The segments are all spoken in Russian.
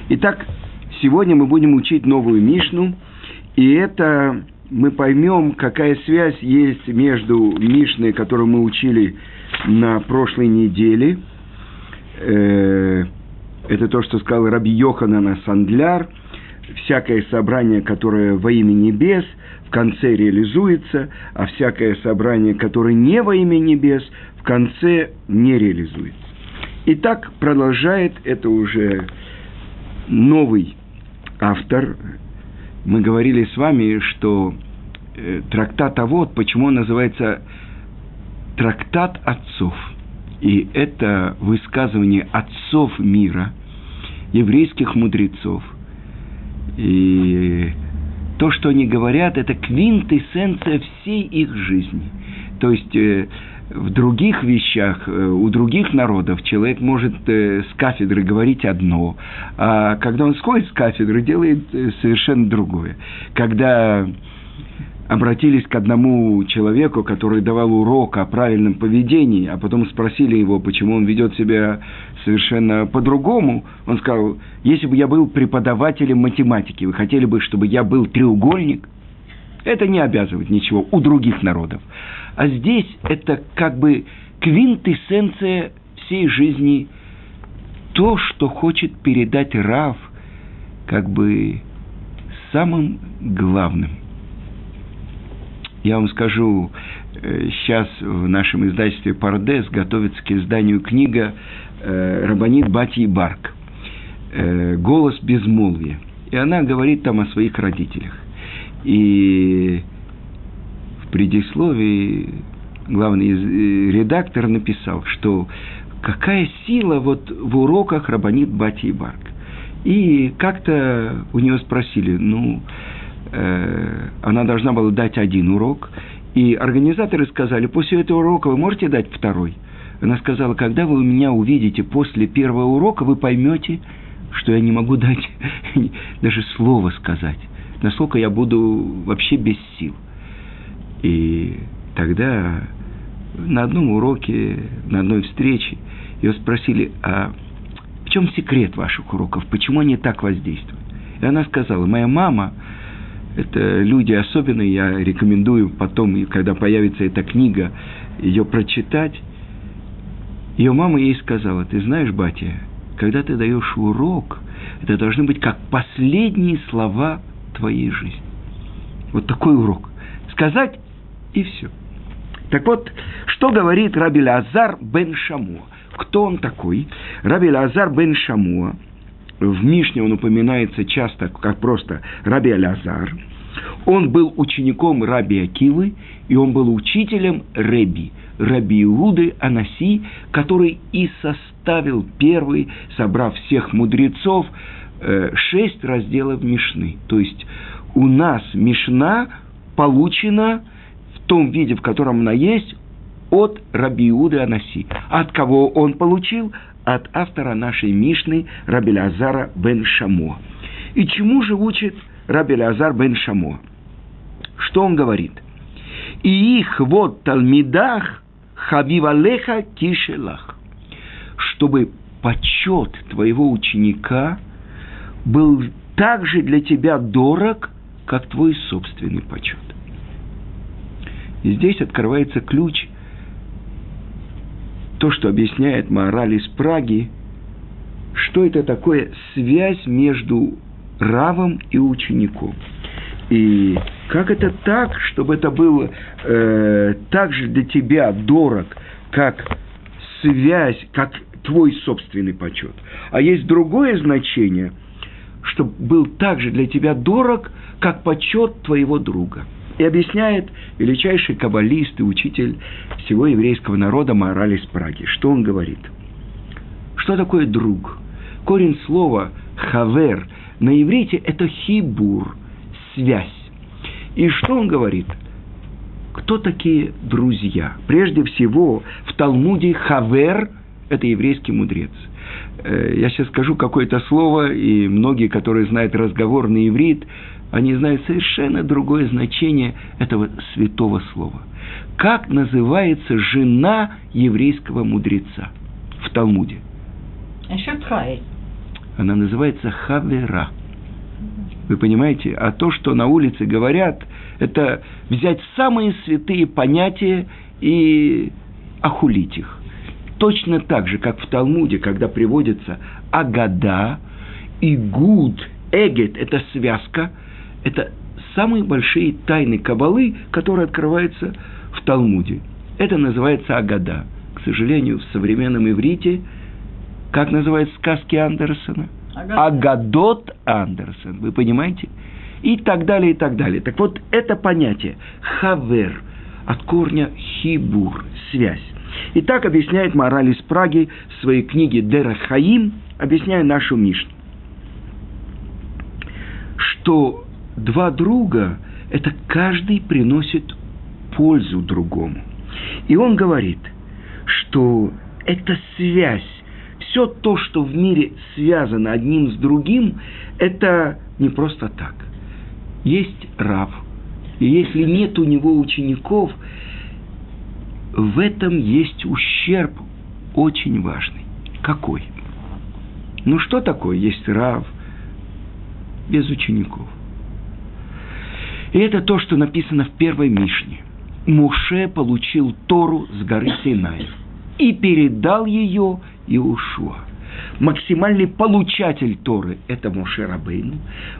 Итак, сегодня мы будем учить новую Мишну, и это мы поймем, какая связь есть между Мишной, которую мы учили на прошлой неделе. Это то, что сказал Раби Йоханан Сандляр. Всякое собрание, которое во имя небес, в конце реализуется, а всякое собрание, которое не во имя небес, в конце не реализуется. Итак, продолжает это уже новый автор. Мы говорили с вами, что трактат Авот, почему он называется трактат отцов. И это высказывание отцов мира, еврейских мудрецов. И то, что они говорят, это квинтэссенция всей их жизни. То есть в других вещах, у других народов человек может с кафедры говорить одно, а когда он сходит с кафедры, делает совершенно другое. Когда обратились к одному человеку, который давал урок о правильном поведении, а потом спросили его, почему он ведет себя совершенно по-другому, он сказал: если бы я был преподавателем математики, вы хотели бы, чтобы я был треугольник? Это не обязывает ничего у других народов. А здесь это как бы квинтэссенция всей жизни, то, что хочет передать Рав, как бы самым главным. Я вам скажу, сейчас в нашем издательстве «Пардес» готовится к изданию книга Рабанит Батьи Барк «Голос безмолвия». И она говорит там о своих родителях. И в предисловии главный редактор написал, что какая сила вот в уроках Рабанит Батьи Барк. И как-то у нее спросили, она должна была дать один урок, и организаторы сказали: после этого урока вы можете дать второй? Она сказала: когда вы меня увидите после первого урока, вы поймете, что я не могу дать даже слова сказать, насколько я буду вообще без сил. И тогда на одном уроке, на одной встрече ее спросили: а в чем секрет ваших уроков, почему они так воздействуют? И она сказала: моя мама, это люди особенные, я рекомендую потом, когда появится эта книга, ее прочитать. Ее мама ей сказала: ты знаешь, батя, когда ты даешь урок, это должны быть как последние слова твоей жизни. Вот такой урок. Сказать и все. Так вот, что говорит Раби Элеазар бен Шамуа? Кто он такой? Раби Элеазар бен Шамуа. В Мишне он упоминается часто как просто Раби Элеазар. Он был учеником Раби Акивы, и он был учителем Раби Иуды Анаси, который и составил первый, собрав всех мудрецов, 6 разделов Мишны. То есть у нас Мишна получена в том виде, в котором она есть, от Раби Иуды Анаси. От кого он получил? От автора нашей Мишны Раби Элеазара бен Шамуа. И чему же учит Раби Элеазар бен Шамуа? Что он говорит? И их вот талмидах хабивалеха кишелах. Чтобы почет твоего ученика был так же для тебя дорог, как твой собственный почет. И здесь открывается ключ, то, что объясняет Маораль из Праги, что это такое связь между равом и учеником. И как это так, чтобы это было так же для тебя дорог, как связь, как твой собственный почет. А есть другое значение, чтобы был так же для тебя дорог, как почет твоего друга. И объясняет величайший каббалист и учитель всего еврейского народа Маораль из Праги. Что он говорит? Что такое друг? Корень слова «хавер» на иврите – это хибур, связь. И что он говорит? Кто такие друзья? Прежде всего, в Талмуде «хавер» – это еврейский мудрец. Я сейчас скажу какое-то слово, и многие, которые знают разговор на иврит, они знают совершенно другое значение этого святого слова. Как называется жена еврейского мудреца в Талмуде? Она называется хавера. Вы понимаете? А то, что на улице говорят, это взять самые святые понятия и охулить их. Точно так же, как в Талмуде, когда приводится агада, игуд, эгет – это связка, это самые большие тайны Каббалы, которые открываются в Талмуде. Это называется агада. К сожалению, в современном иврите, как называют сказки Андерсона? Агадот Андерсон. Вы понимаете? И так далее, и так далее. Так вот, это понятие хавер от корня хибур, связь. И так объясняет Маораль из Праги в своей книге Дерех Хаим, объясняя нашу Мишну, что два друга – это каждый приносит пользу другому. И он говорит, что эта связь, все то, что в мире связано одним с другим, это не просто так. Есть рав, и если нет у него учеников, в этом есть ущерб очень важный. Какой? Ну, что такое есть рав без учеников? И это то, что написано в первой Мишне. Моше получил Тору с горы Синай и передал ее Иошуа. Максимальный получатель Торы – это Моше Рабейну,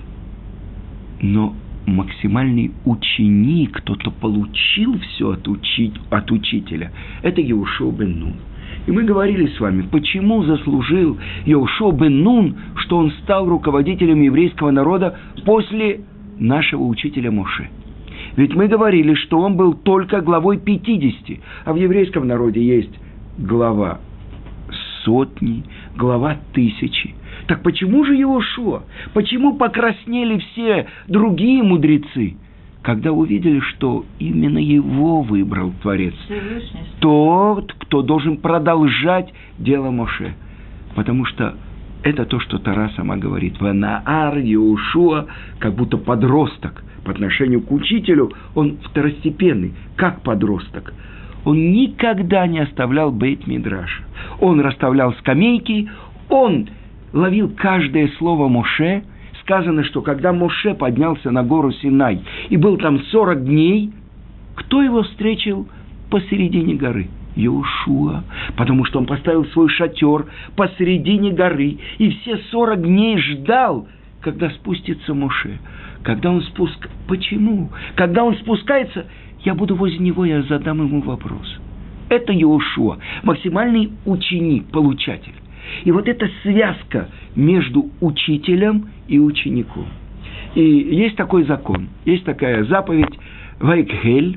но максимальный ученик, тот, кто получил все от учителя, это Иошуа бен Нун. И мы говорили с вами, почему заслужил Иошуа бен Нун, что он стал руководителем еврейского народа после нашего учителя Моше. Ведь мы говорили, что он был только главой 50, а в еврейском народе есть глава сотни, глава 1000. Так почему же Иошуа? Почему покраснели все другие мудрецы, когда увидели, что именно его выбрал Творец? Тот, кто должен продолжать дело Моше. Потому что это то, что Тора сама говорит. Ванаар Иошуа, как будто подросток. По отношению к учителю он второстепенный, как подросток. Он никогда не оставлял бейт-мидраша. Он расставлял скамейки, он ловил каждое слово Моше. Сказано, что когда Моше поднялся на гору Синай и был там 40 дней, кто его встретил посередине горы? Иошуа, потому что он поставил свой шатер посередине горы и все 40 дней ждал, когда спустится Моше. Когда он Почему? Когда он спускается, я буду возле него, я задам ему вопрос. Это Иошуа, максимальный ученик, получатель. И вот эта связка между учителем и учеником. И есть такой закон, есть такая заповедь Вайкхель,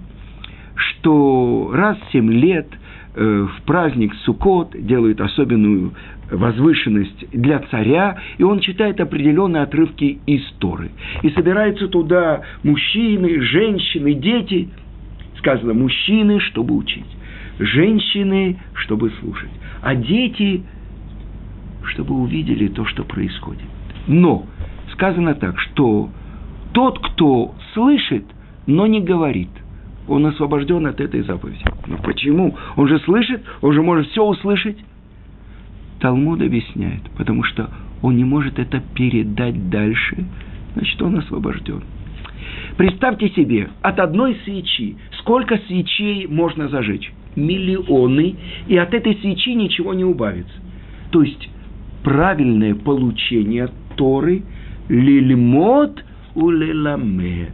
что раз в 7 лет в праздник Суккот делают особенную возвышенность для царя, и он читает определенные отрывки из Торы. И собираются туда мужчины, женщины, дети. Сказано, мужчины, чтобы учить, женщины, чтобы слушать, а дети, чтобы увидели то, что происходит. Но сказано так, что тот, кто слышит, но не говорит, он освобожден от этой заповеди. Ну почему? Он же слышит, он же может все услышать. Талмуд объясняет, потому что он не может это передать дальше, значит, он освобожден. Представьте себе, от одной свечи сколько свечей можно зажечь? Миллионы, и от этой свечи ничего не убавится. То есть, правильное получение Торы лильмот улеламед.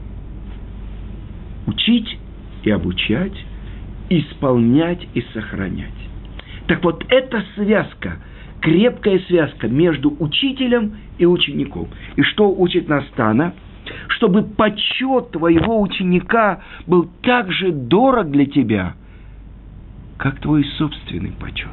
Учить и обучать, исполнять и сохранять. Так вот, эта связка, крепкая связка между учителем и учеником. И что учит нас Тана? Чтобы почет твоего ученика был так же дорог для тебя, как твой собственный почет.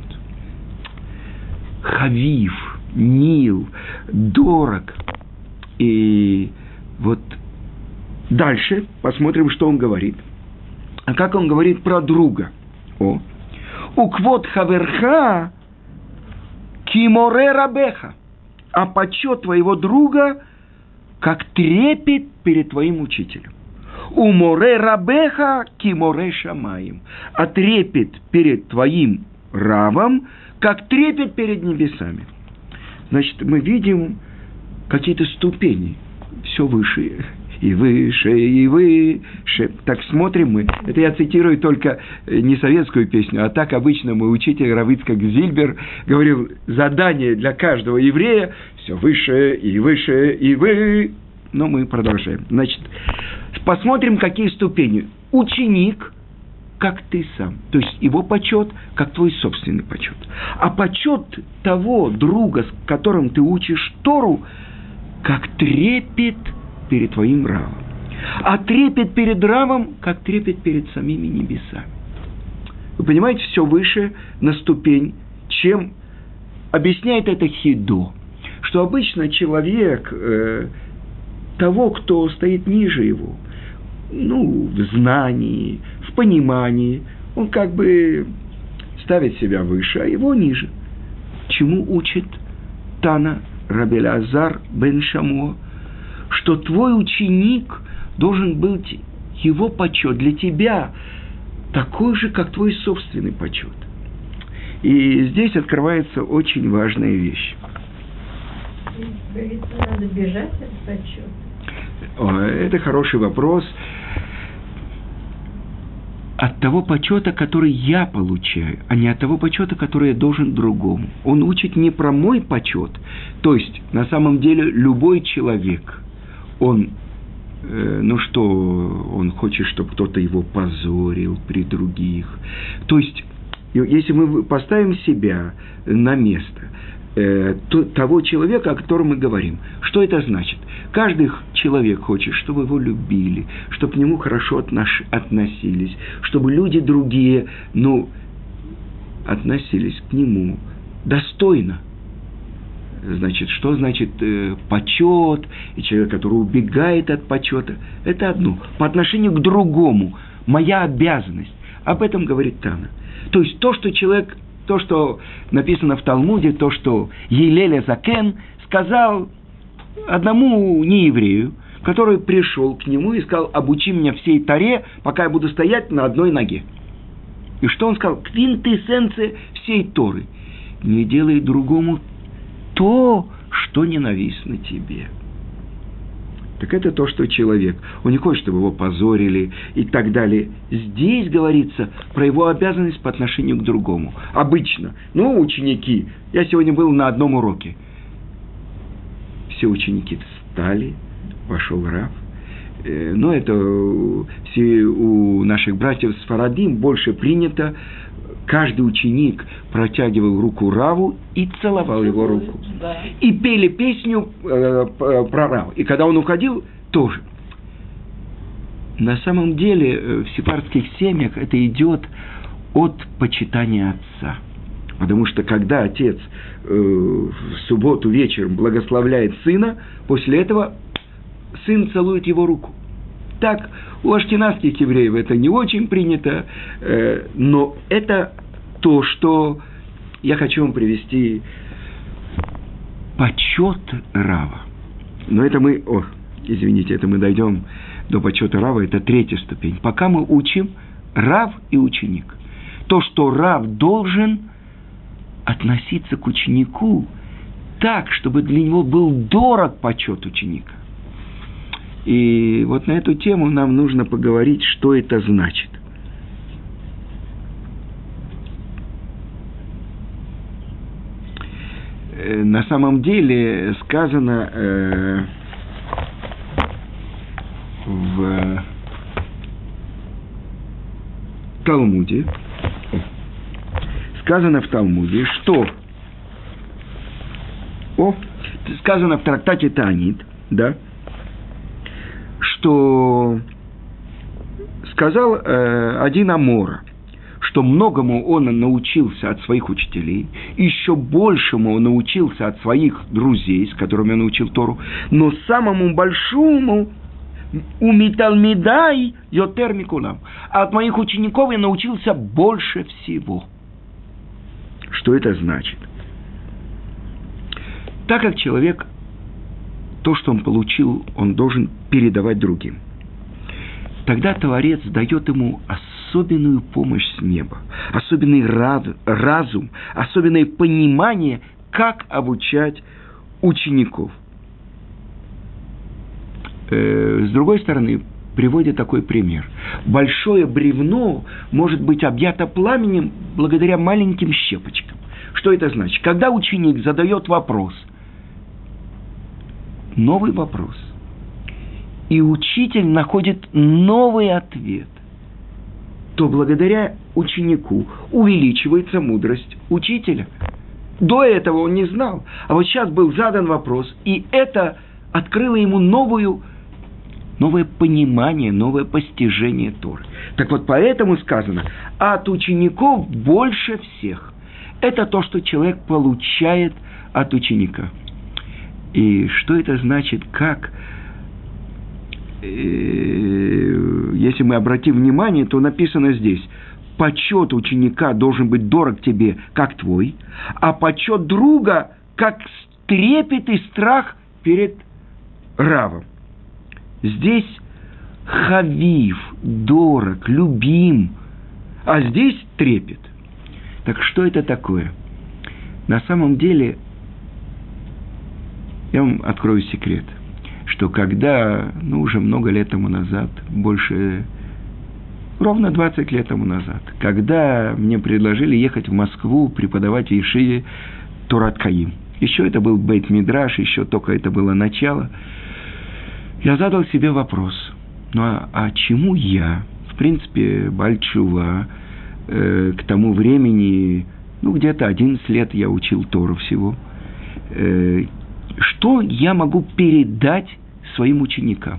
Хавив, Нил, дорог. И вот дальше посмотрим, что он говорит. А как он говорит про друга? Уквот хаверха киморе рабеха. А почет твоего друга как трепет перед твоим учителем. Уморе рабеха киморе шамаим. А трепет перед твоим равом, как трепет перед небесами. Значит, мы видим какие-то ступени, все выше и выше, и выше. Так смотрим мы. Это я цитирую только не советскую песню, а так обычно мой учитель Рав Ицхак Зильбер говорил, задание для каждого еврея все выше и выше и вы. Но мы продолжаем. Значит, посмотрим, какие ступени. Ученик, как ты сам. То есть его почет, как твой собственный почет. А почет того друга, с которым ты учишь Тору, как трепет перед твоим равом. А трепет перед равом, как трепет перед самими небесами. Вы понимаете, все выше на ступень, чем объясняет это Хидо. Что обычно человек, того, кто стоит ниже его, в знании, в понимании, он как бы ставит себя выше, а его ниже. Чему учит Тана Раби Элеазар бен Шамуа? Что твой ученик должен быть, его почет для тебя такой же, как твой собственный почет. И здесь открывается очень важная вещь. Говорится, надо бежать от почета. Это хороший вопрос. От того почета, который я получаю, а не от того почета, который я должен другому. Он учит не про мой почет. То есть, на самом деле, любой человек, он, он хочет, чтобы кто-то его позорил при других. То есть, если мы поставим себя на место того человека, о котором мы говорим, что это значит? Каждый человек хочет, чтобы его любили, чтобы к нему хорошо относились, чтобы люди другие, относились к нему достойно. Значит, что значит почет, и человек, который убегает от почета, это одно. По отношению к другому, моя обязанность. Об этом говорит Тана. То есть то, что написано в Талмуде, то, что Елель Закен сказал одному нееврею, который пришел к нему и сказал: обучи меня всей Торе, пока я буду стоять на одной ноге. И что он сказал? Квинтэссенция всей Торы. Не делай другому то, что ненавистно тебе. Так это то, что человек, он не хочет, чтобы его позорили и так далее. Здесь говорится про его обязанность по отношению к другому. Обычно, ученики, я сегодня был на одном уроке. Все ученики встали, пошел Рав. Это все у наших братьев Сфарадим больше принято. Каждый ученик протягивал руку Раву и целовал его руку. Да. И пели песню про Рава. И когда он уходил, тоже. На самом деле в сефардских семьях это идет от почитания отца. Потому что когда отец в субботу вечером благословляет сына, после этого сын целует его руку. Так, у ашкеназских евреев это не очень принято, но это то, что я хочу вам привести почет Рава. Но это мы, это мы дойдем до почета Рава, это третья ступень. Пока мы учим Рав и ученик. То, что Рав должен относиться к ученику так, чтобы для него был дорог почет ученика. И вот на эту тему нам нужно поговорить, что это значит. На самом деле сказано в Талмуде, что сказано в трактате Таанит, да, что сказал один Амора, что многому он научился от своих учителей, еще большему он научился от своих друзей, с которыми он учил Тору, но самому большому умиталмидай йотер микулам, а от моих учеников я научился больше всего. Что это значит? Так как человек, то, что он получил, он должен передавать другим. Тогда Творец дает ему особенную помощь с неба, особенный разум, особенное понимание, как обучать учеников. С другой стороны, приводит такой пример. Большое бревно может быть объято пламенем благодаря маленьким щепочкам. Что это значит? Когда ученик задает вопрос, новый вопрос, и учитель находит новый ответ, то благодаря ученику увеличивается мудрость учителя. До этого он не знал, а вот сейчас был задан вопрос, и это открыло ему новое понимание, новое постижение Торы. Так вот, поэтому сказано, от учеников больше всех. Это то, что человек получает от ученика. И что это значит, как, если мы обратим внимание, то написано здесь, почет ученика должен быть дорог тебе, как твой, а почет друга, как трепет и страх перед равом. Здесь хавив, дорог, любим, а здесь трепет. Так что это такое? На самом деле, я вам открою секрет, что когда, уже много лет тому назад, ровно 20 лет тому назад, когда мне предложили ехать в Москву преподавать в Ешиве Торат Хаим, еще это был Бейт-Мидраш, еще только это было начало, я задал себе вопрос, а чему я, в принципе, Бааль Тшува, к тому времени, где-то 11 лет я учил Тору всего, что я могу передать своим ученикам?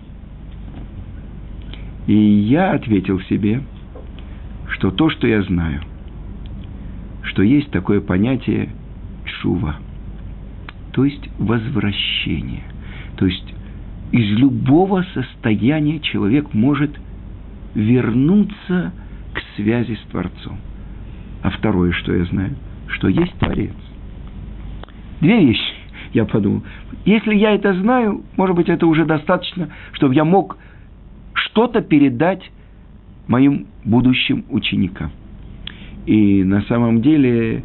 И я ответил себе, что то, что я знаю, что есть такое понятие тшува, то есть возвращение, то есть из любого состояния человек может вернуться к связи с Творцом. А второе, что я знаю, что есть Творец. Две вещи, я подумал. Если я это знаю, может быть, это уже достаточно, чтобы я мог что-то передать моим будущим ученикам. И на самом деле,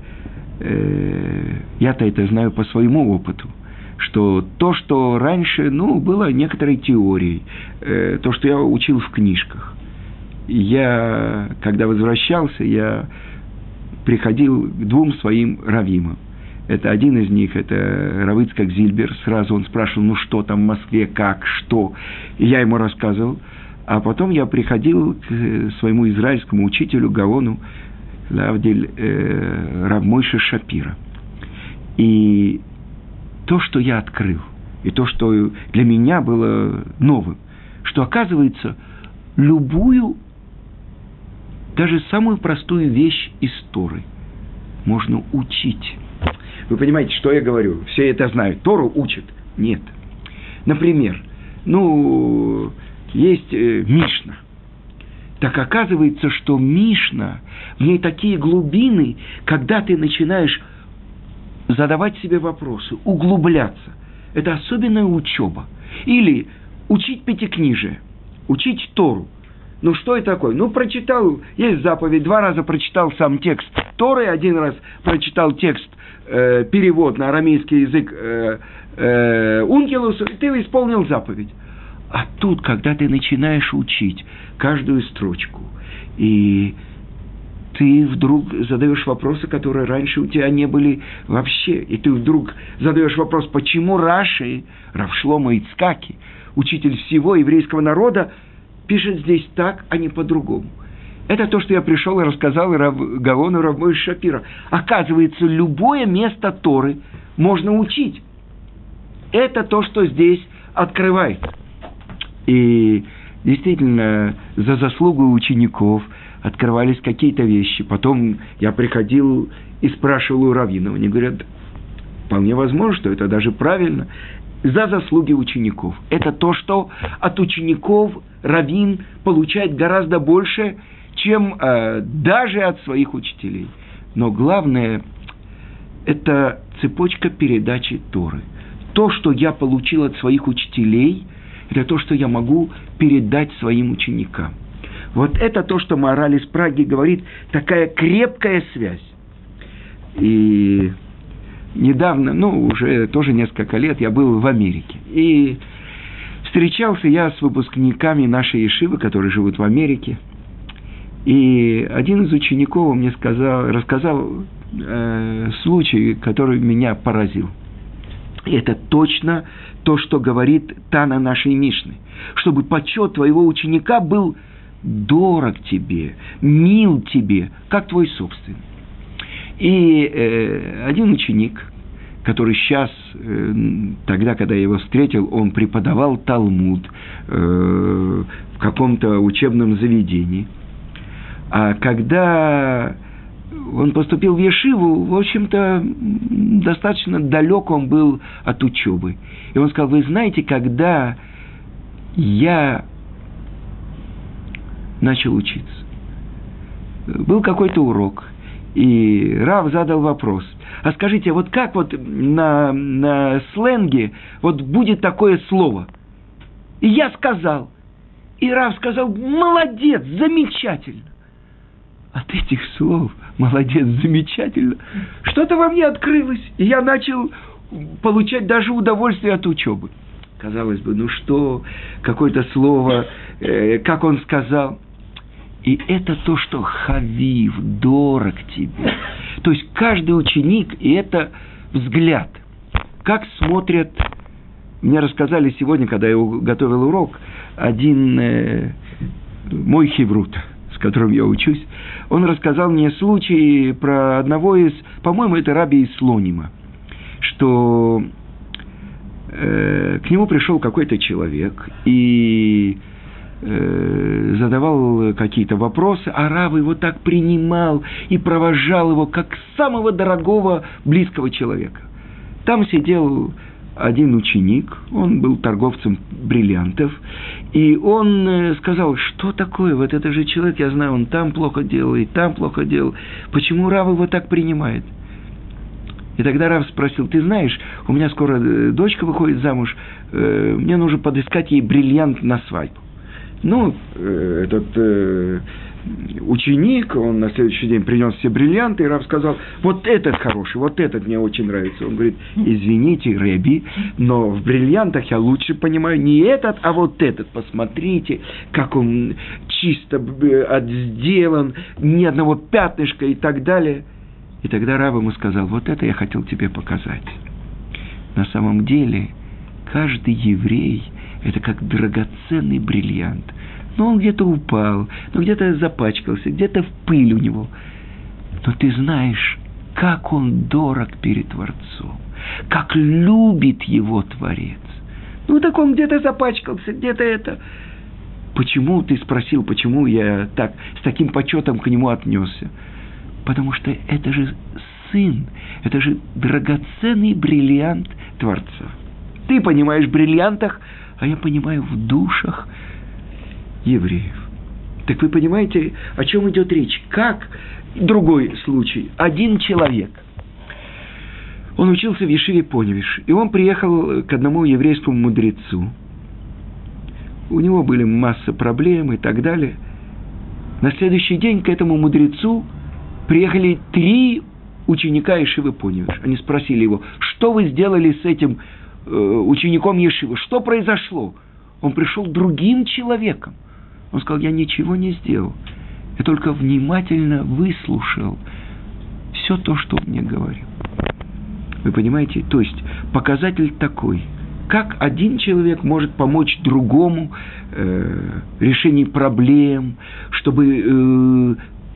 я-то это знаю по своему опыту, что то, что раньше, было некоторой теорией, то, что я учил в книжках. Я, когда возвращался, я приходил к двум своим раввимам. Это один из них, это Рав Ицхак Зильбер. Сразу он спрашивал, что там в Москве, как, что. И я ему рассказывал. А потом я приходил к своему израильскому учителю Гаону, Лавдель, Рав Мойше Шапира. И то, что я открыл, и то, что для меня было новым, что, оказывается, любую, даже самую простую вещь из Торы можно учить. Вы понимаете, что я говорю? Все это знают. Тору учат? Нет. Например, есть Мишна. Так оказывается, что Мишна, в ней такие глубины, когда ты начинаешь задавать себе вопросы, углубляться. Это особенная учеба. Или учить пятикнижие, учить Тору. Что это такое? прочитал, есть заповедь, 2 раза прочитал сам текст Торы, 1 раз прочитал текст, перевод на арамейский язык Ункилус, и ты исполнил заповедь. А тут, когда ты начинаешь учить каждую строчку, и ты вдруг задаешь вопросы, которые раньше у тебя не были вообще, и ты вдруг задаешь вопрос, почему Раши, Рав Шломо Ицкаки, учитель всего еврейского народа, пишет здесь так, а не по-другому. Это то, что я пришел и рассказал Рав Гаону, Рав Мойше Шапира. Оказывается, любое место Торы можно учить. Это то, что здесь открывается. И действительно, за заслугу учеников открывались какие-то вещи. Потом я приходил и спрашивал у раввинов. Они говорят, вполне возможно, что это даже правильно. За заслуги учеников. Это то, что от учеников раввин получает гораздо больше, чем даже от своих учителей. Но главное, это цепочка передачи Торы. То, что я получил от своих учителей, это то, что я могу передать своим ученикам. Вот это то, что Маораль из Праги говорит, такая крепкая связь. И недавно, уже тоже несколько лет, я был в Америке. И встречался я с выпускниками нашей ешивы, которые живут в Америке. И один из учеников мне рассказал случай, который меня поразил. И это точно то, что говорит Тана нашей Мишны. Чтобы почет твоего ученика был дорог тебе, мил тебе, как твой собственный. И один ученик, который сейчас, тогда, когда я его встретил, он преподавал Талмуд в каком-то учебном заведении. А когда он поступил в ешиву, в общем-то, достаточно далек он был от учебы. И он сказал: вы знаете, когда я начал учиться, был какой-то урок, и Рав задал вопрос: а скажите, вот как вот на сленге вот будет такое слово? И я сказал, и Рав сказал: молодец, замечательно. От этих слов «молодец, замечательно» что-то во мне открылось, и я начал получать даже удовольствие от учебы. Казалось бы, что, какое-то слово, как он сказал. И это то, что хавив, дорог тебе. То есть каждый ученик, и это взгляд. Как смотрят, мне рассказали сегодня, когда я готовил урок, один мой хеврут, с которым я учусь, он рассказал мне случай про одного из, по-моему, это раби из Слонима, что к нему пришел какой-то человек и задавал какие-то вопросы, а рав его так принимал и провожал его как самого дорогого, близкого человека. Там сидел один ученик, он был торговцем бриллиантов, и он сказал: что такое, вот это же человек, я знаю, он там плохо делал, и там плохо делал, почему рав его так принимает? И тогда рав спросил: ты знаешь, у меня скоро дочка выходит замуж, мне нужно подыскать ей бриллиант на свадьбу. Этот ученик, он на следующий день принес все бриллианты, и рав сказал: вот этот хороший, вот этот мне очень нравится. Он говорит: извините, Рэби, но в бриллиантах я лучше понимаю не этот, а вот этот. Посмотрите, как он чисто отделан, ни одного пятнышка и так далее. И тогда рав ему сказал: вот это я хотел тебе показать. На самом деле, каждый еврей – это как драгоценный бриллиант. Он где-то упал, где-то запачкался, где-то в пыль у него. Но ты знаешь, как он дорог перед Творцом, как любит его Творец. Так он где-то запачкался, где-то это. Почему, ты спросил, почему я так, с таким почетом к нему отнесся? Потому что это же сын, это же драгоценный бриллиант Творца. Ты понимаешь в бриллиантах, а я понимаю в душах евреев. Так вы понимаете, о чем идет речь? Как другой случай. Один человек. Он учился в ешиве Поневиш, и он приехал к одному еврейскому мудрецу. У него были масса проблем и так далее. На следующий день к этому мудрецу приехали 3 ученика ешивы Поневиш. Они спросили его: что вы сделали с этим учеником ешивы? Что произошло? Он пришел другим человеком. Он сказал: я ничего не сделал. Я только внимательно выслушал все то, что он мне говорил. Вы понимаете? То есть, показатель такой. Как один человек может помочь другому в решении проблем, чтобы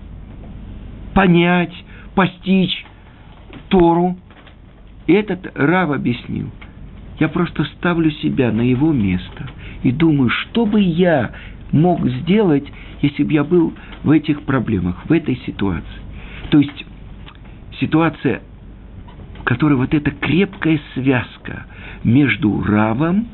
понять, постичь Тору. И этот рав объяснил. Я просто ставлю себя на его место и думаю, что бы я мог сделать, если бы я был в этих проблемах, в этой ситуации. То есть ситуация, в которой вот эта крепкая связка между равом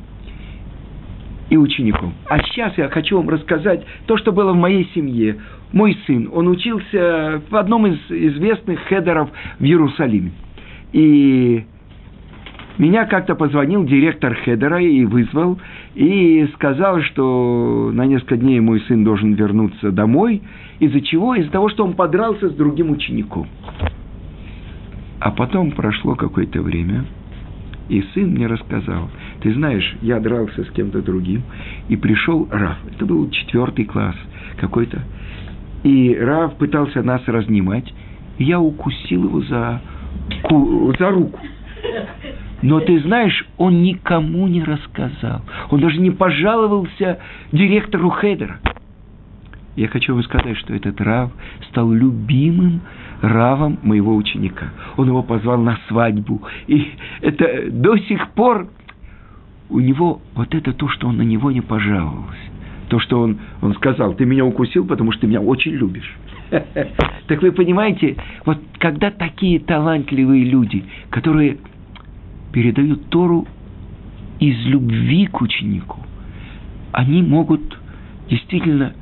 и учеником. А сейчас я хочу вам рассказать то, что было в моей семье. Мой сын, он учился в одном из известных хедеров в Иерусалиме. И меня как-то позвонил директор хедера и вызвал, и сказал, что на несколько дней мой сын должен вернуться домой. Из-за чего? Из-за того, что он подрался с другим учеником. А потом прошло какое-то время, и сын мне рассказал, ты знаешь, я дрался с кем-то другим, и пришел Рав, это был 4 класс какой-то, и Рав пытался нас разнимать, и я укусил его за руку. Но ты знаешь, он никому не рассказал, он даже не пожаловался директору хедера. Я хочу вам сказать, что этот Рав стал любимым Равом моего ученика. Он его позвал на свадьбу. И это до сих пор у него вот это то, что он на него не пожаловался. То, что он сказал, ты меня укусил, потому что ты меня очень любишь. Так вы понимаете, вот когда такие талантливые люди, которые передают Тору из любви к ученику, они могут действительно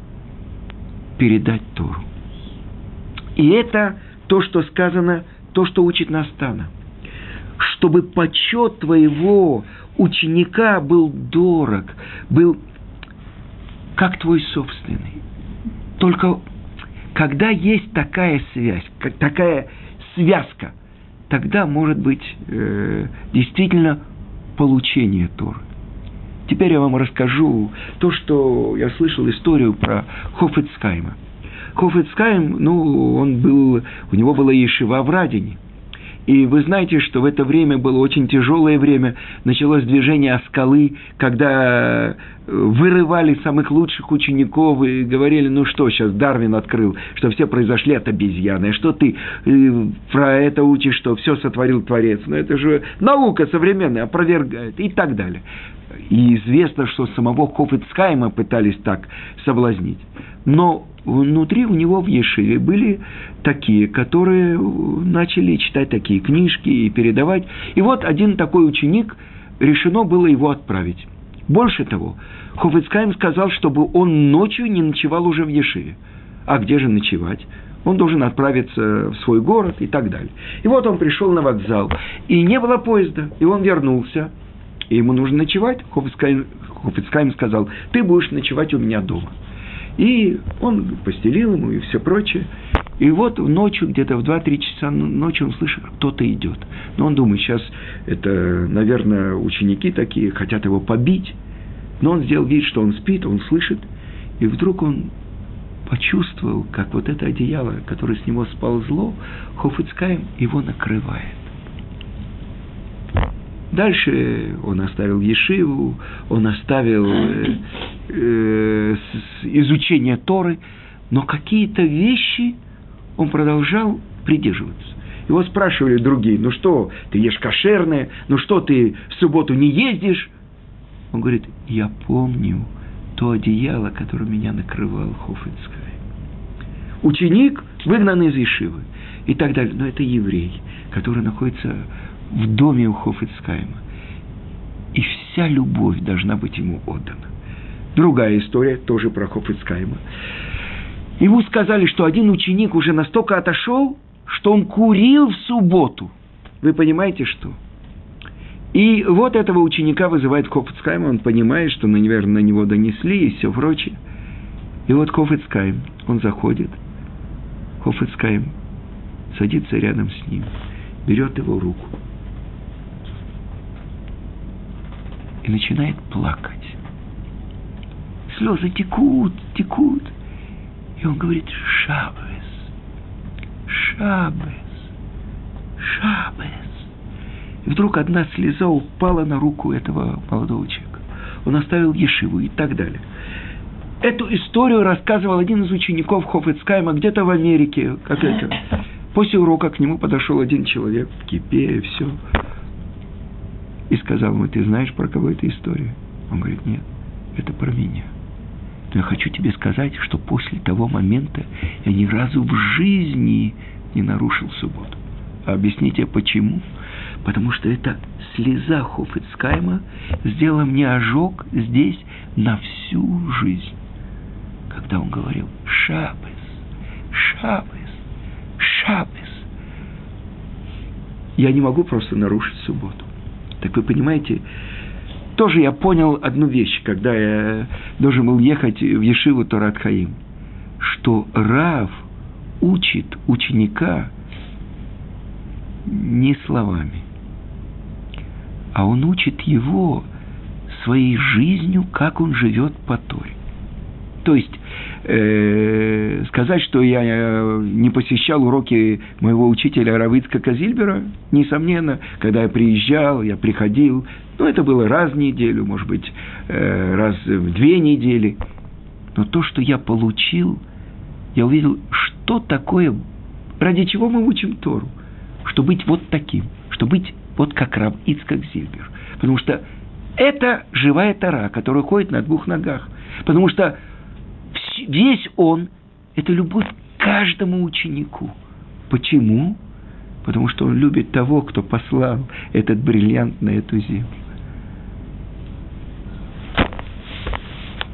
передать Тору. И это то, что сказано, то, что учит нас Тана. Чтобы почет твоего ученика был дорог, был как твой собственный. Только когда есть такая связь, такая связка, тогда может быть действительно получение Торы. Теперь я вам расскажу то, что я слышал историю про Хофец Хаима. Хофец Хаим, у него была ешива в Радине. И вы знаете, что в это время было очень тяжелое время. Началось движение скалы, когда вырывали самых лучших учеников и говорили, что сейчас Дарвин открыл, что все произошли от обезьяны. Что ты про это учишь, что все сотворил Творец. Это же наука современная, опровергает и так далее. И известно, что самого Хофец Хаима пытались так соблазнить. Но внутри у него в ешиве были такие, которые начали читать такие книжки и передавать. И вот один такой ученик, решено было его отправить. Больше того, Хофец Хаим сказал, чтобы он ночью не ночевал уже в ешиве. А где же ночевать? Он должен отправиться в свой город и так далее. И вот он пришел на вокзал, и не было поезда, и он вернулся. И ему нужно ночевать. Хофец Хаим сказал, ты будешь ночевать у меня дома. И он постелил ему и все прочее. И вот ночью, где-то в 2-3 часа ночи он слышит, кто-то идет. Но он думает, сейчас это, наверное, ученики такие, хотят его побить. Но он сделал вид, что он спит, он слышит. И вдруг он почувствовал, как вот это одеяло, которое с него сползло, Хофец Хаим его накрывает. Дальше он оставил ешиву, он оставил изучение Торы, но какие-то вещи он продолжал придерживаться. Его спрашивали другие, что, ты ешь кошерное, что, ты в субботу не ездишь? Он говорит, я помню то одеяло, которое меня накрывал Хофец Хаим. Ученик выгнан из ешивы и так далее, но это еврей, который находится в доме у Хофец Хаима. И вся любовь должна быть ему отдана. Другая история, тоже про Хофец Хаима. Ему сказали, что один ученик уже настолько отошел, что он курил в субботу. Вы понимаете, что? И вот этого ученика вызывает Хофец Хаим, он понимает, что, наверное, на него донесли и все прочее. И вот Хофец Хаим, он заходит, Хофец Хаим садится рядом с ним, берет его руку и начинает плакать. Слезы текут. И он говорит, Шаббес. И вдруг одна слеза упала на руку этого молодого человека. Он оставил ешиву и так далее. Эту историю рассказывал один из учеников Хофец Хаима где-то в Америке. После урока к нему подошел один человек в кипе и все. И сказал ему, ты знаешь, про кого эта история? Он говорит, нет, это про меня. Но я хочу тебе сказать, что после того момента я ни разу в жизни не нарушил субботу. А объясните, почему? Потому что эта слеза Хофец Хаима сделала мне ожог здесь на всю жизнь. Когда он говорил Шаббес. Я не могу просто нарушить субботу. Так вы понимаете, тоже я понял одну вещь, когда я должен был ехать в ешиву Торат Хаим, что Рав учит ученика не словами, а он учит его своей жизнью, как он живет по Торе. То есть, сказать, что я не посещал уроки моего учителя Рав Ицхака Зильбера, несомненно, когда я приезжал, я приходил, это было раз в неделю, может быть, раз в 2 недели. Но то, что я получил, я увидел, что такое, ради чего мы учим Тору, чтобы быть вот таким, чтобы быть вот как Рав Ицхак Зильбер. Потому что это живая Тора, которая ходит на 2 ногах. Потому что весь он – это любовь к каждому ученику. Почему? Потому что он любит того, кто послал этот бриллиант на эту землю.